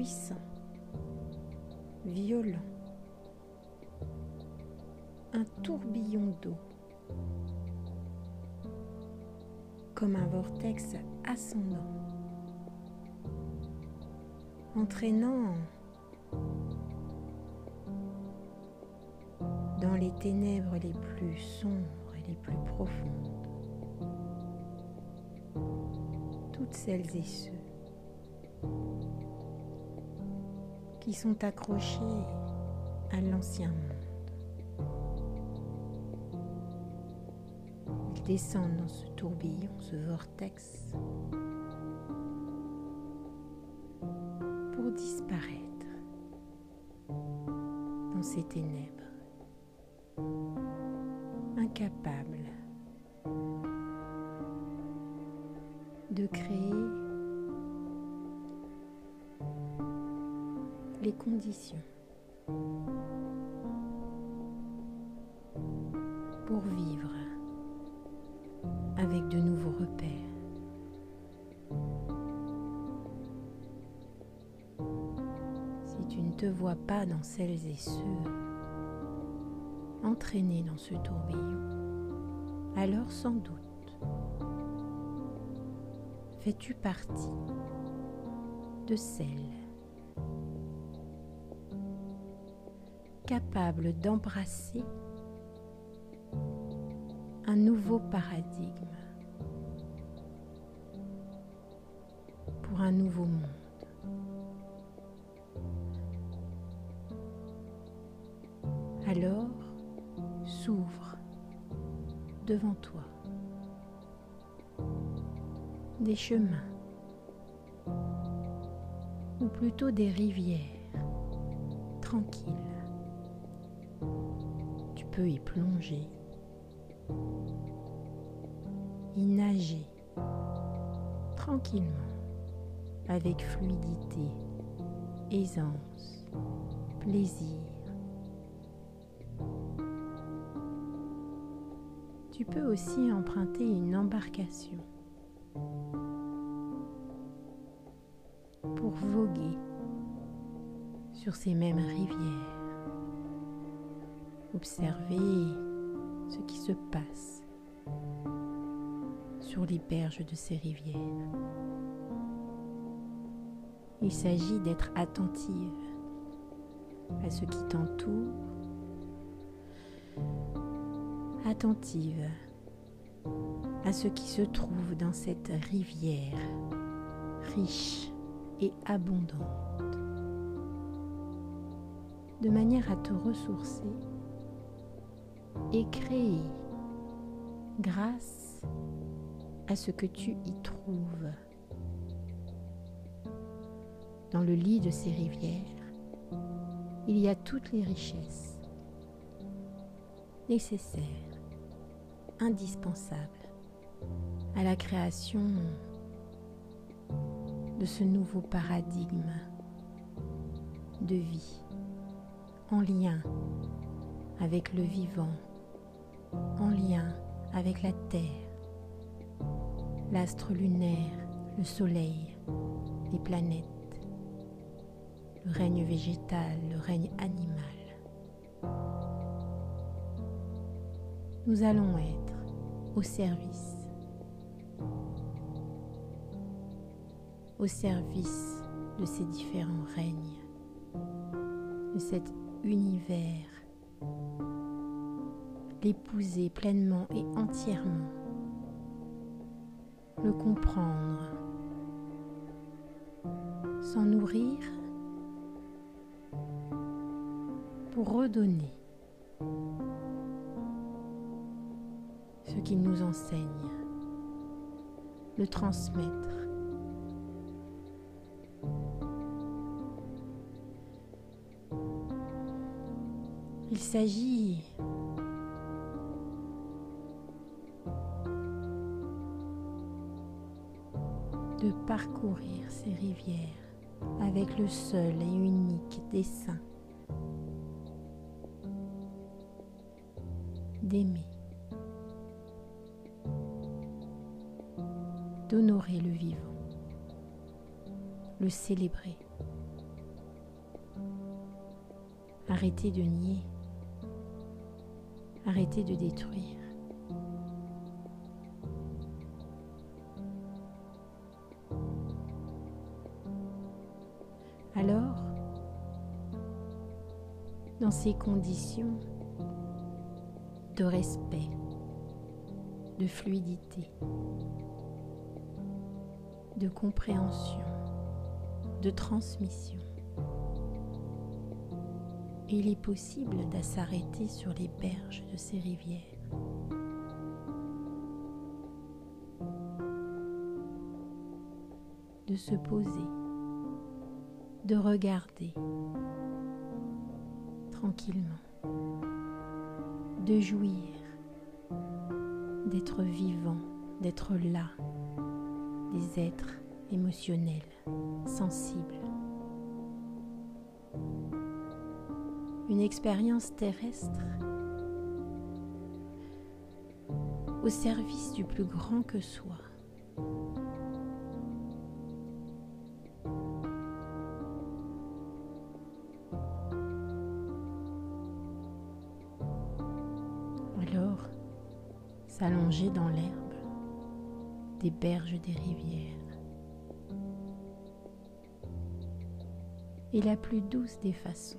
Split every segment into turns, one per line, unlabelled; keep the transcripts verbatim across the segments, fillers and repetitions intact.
puissant, violent, un tourbillon d'eau, comme un vortex ascendant, entraînant dans les ténèbres les plus sombres et les plus profondes toutes celles et ceux qui sont accrochés à l'ancien monde. Ils descendent dans ce tourbillon, ce vortex, pour disparaître dans ces ténèbres, incapables de créer les conditions pour vivre avec de nouveaux repères. Si tu ne te vois pas dans celles et ceux entraînés dans ce tourbillon, alors sans doute fais-tu partie de celles capables d'embrasser un nouveau paradigme pour un nouveau monde. Alors, s'ouvre devant toi des chemins, ou plutôt des rivières tranquilles. Tu peux y plonger, y nager tranquillement, avec fluidité, aisance, plaisir. Tu peux aussi emprunter une embarcation pour voguer sur ces mêmes rivières, observer ce qui se passe sur les berges de ces rivières. Il s'agit d'être attentive à ce qui t'entoure, attentive à ce qui se trouve dans cette rivière riche et abondante, de manière à te ressourcer et créer grâce à ce que tu y trouves. Dans le lit de ces rivières, il y a toutes les richesses nécessaires, indispensables à la création de ce nouveau paradigme de vie en lien avec le vivant, en lien avec la terre, l'astre lunaire, le soleil, les planètes, le règne végétal, le règne animal. Nous allons être au service, au service de ces différents règnes, de cet univers, l'épouser pleinement et entièrement, le comprendre, s'en nourrir pour redonner ce qu'il nous enseigne, le transmettre. Il s'agit de parcourir ces rivières avec le seul et unique dessein d'aimer, d'honorer le vivant, le célébrer, Arrêtez de nier. Arrêtez de détruire. Alors, dans ces conditions de respect, de fluidité, de compréhension, de transmission, il est possible de s'arrêter sur les berges de ces rivières. De se poser, de regarder tranquillement, de jouir, d'être vivant, d'être là, des êtres émotionnels, sensibles. Une expérience terrestre au service du plus grand que soi. Alors, s'allonger dans l'herbe des berges des rivières est la plus douce des façons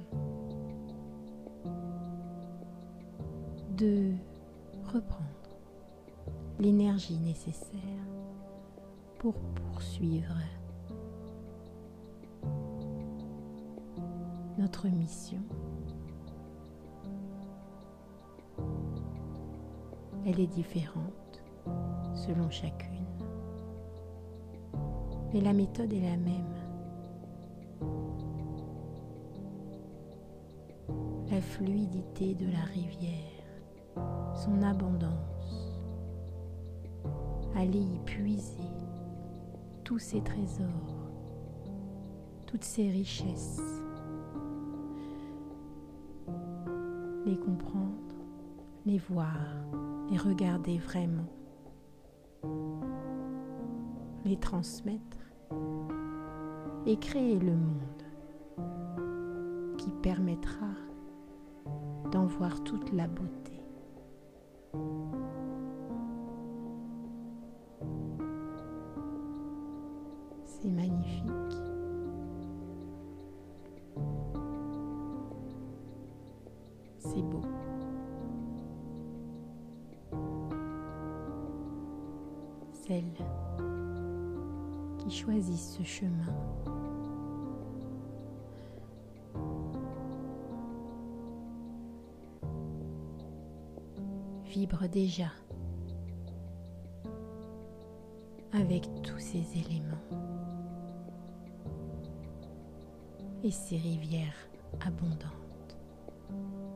de reprendre l'énergie nécessaire pour poursuivre notre mission. Elle est différente selon chacune, mais la méthode est la même. La fluidité de la rivière, son abondance, aller y puiser tous ses trésors, toutes ses richesses, les comprendre, les voir, les regarder vraiment, les transmettre et créer le monde qui permettra d'en voir toute la beauté. C'est magnifique. C'est beau. Celles qui choisissent ce chemin vibrent déjà avec tous ces éléments et ces rivières abondantes.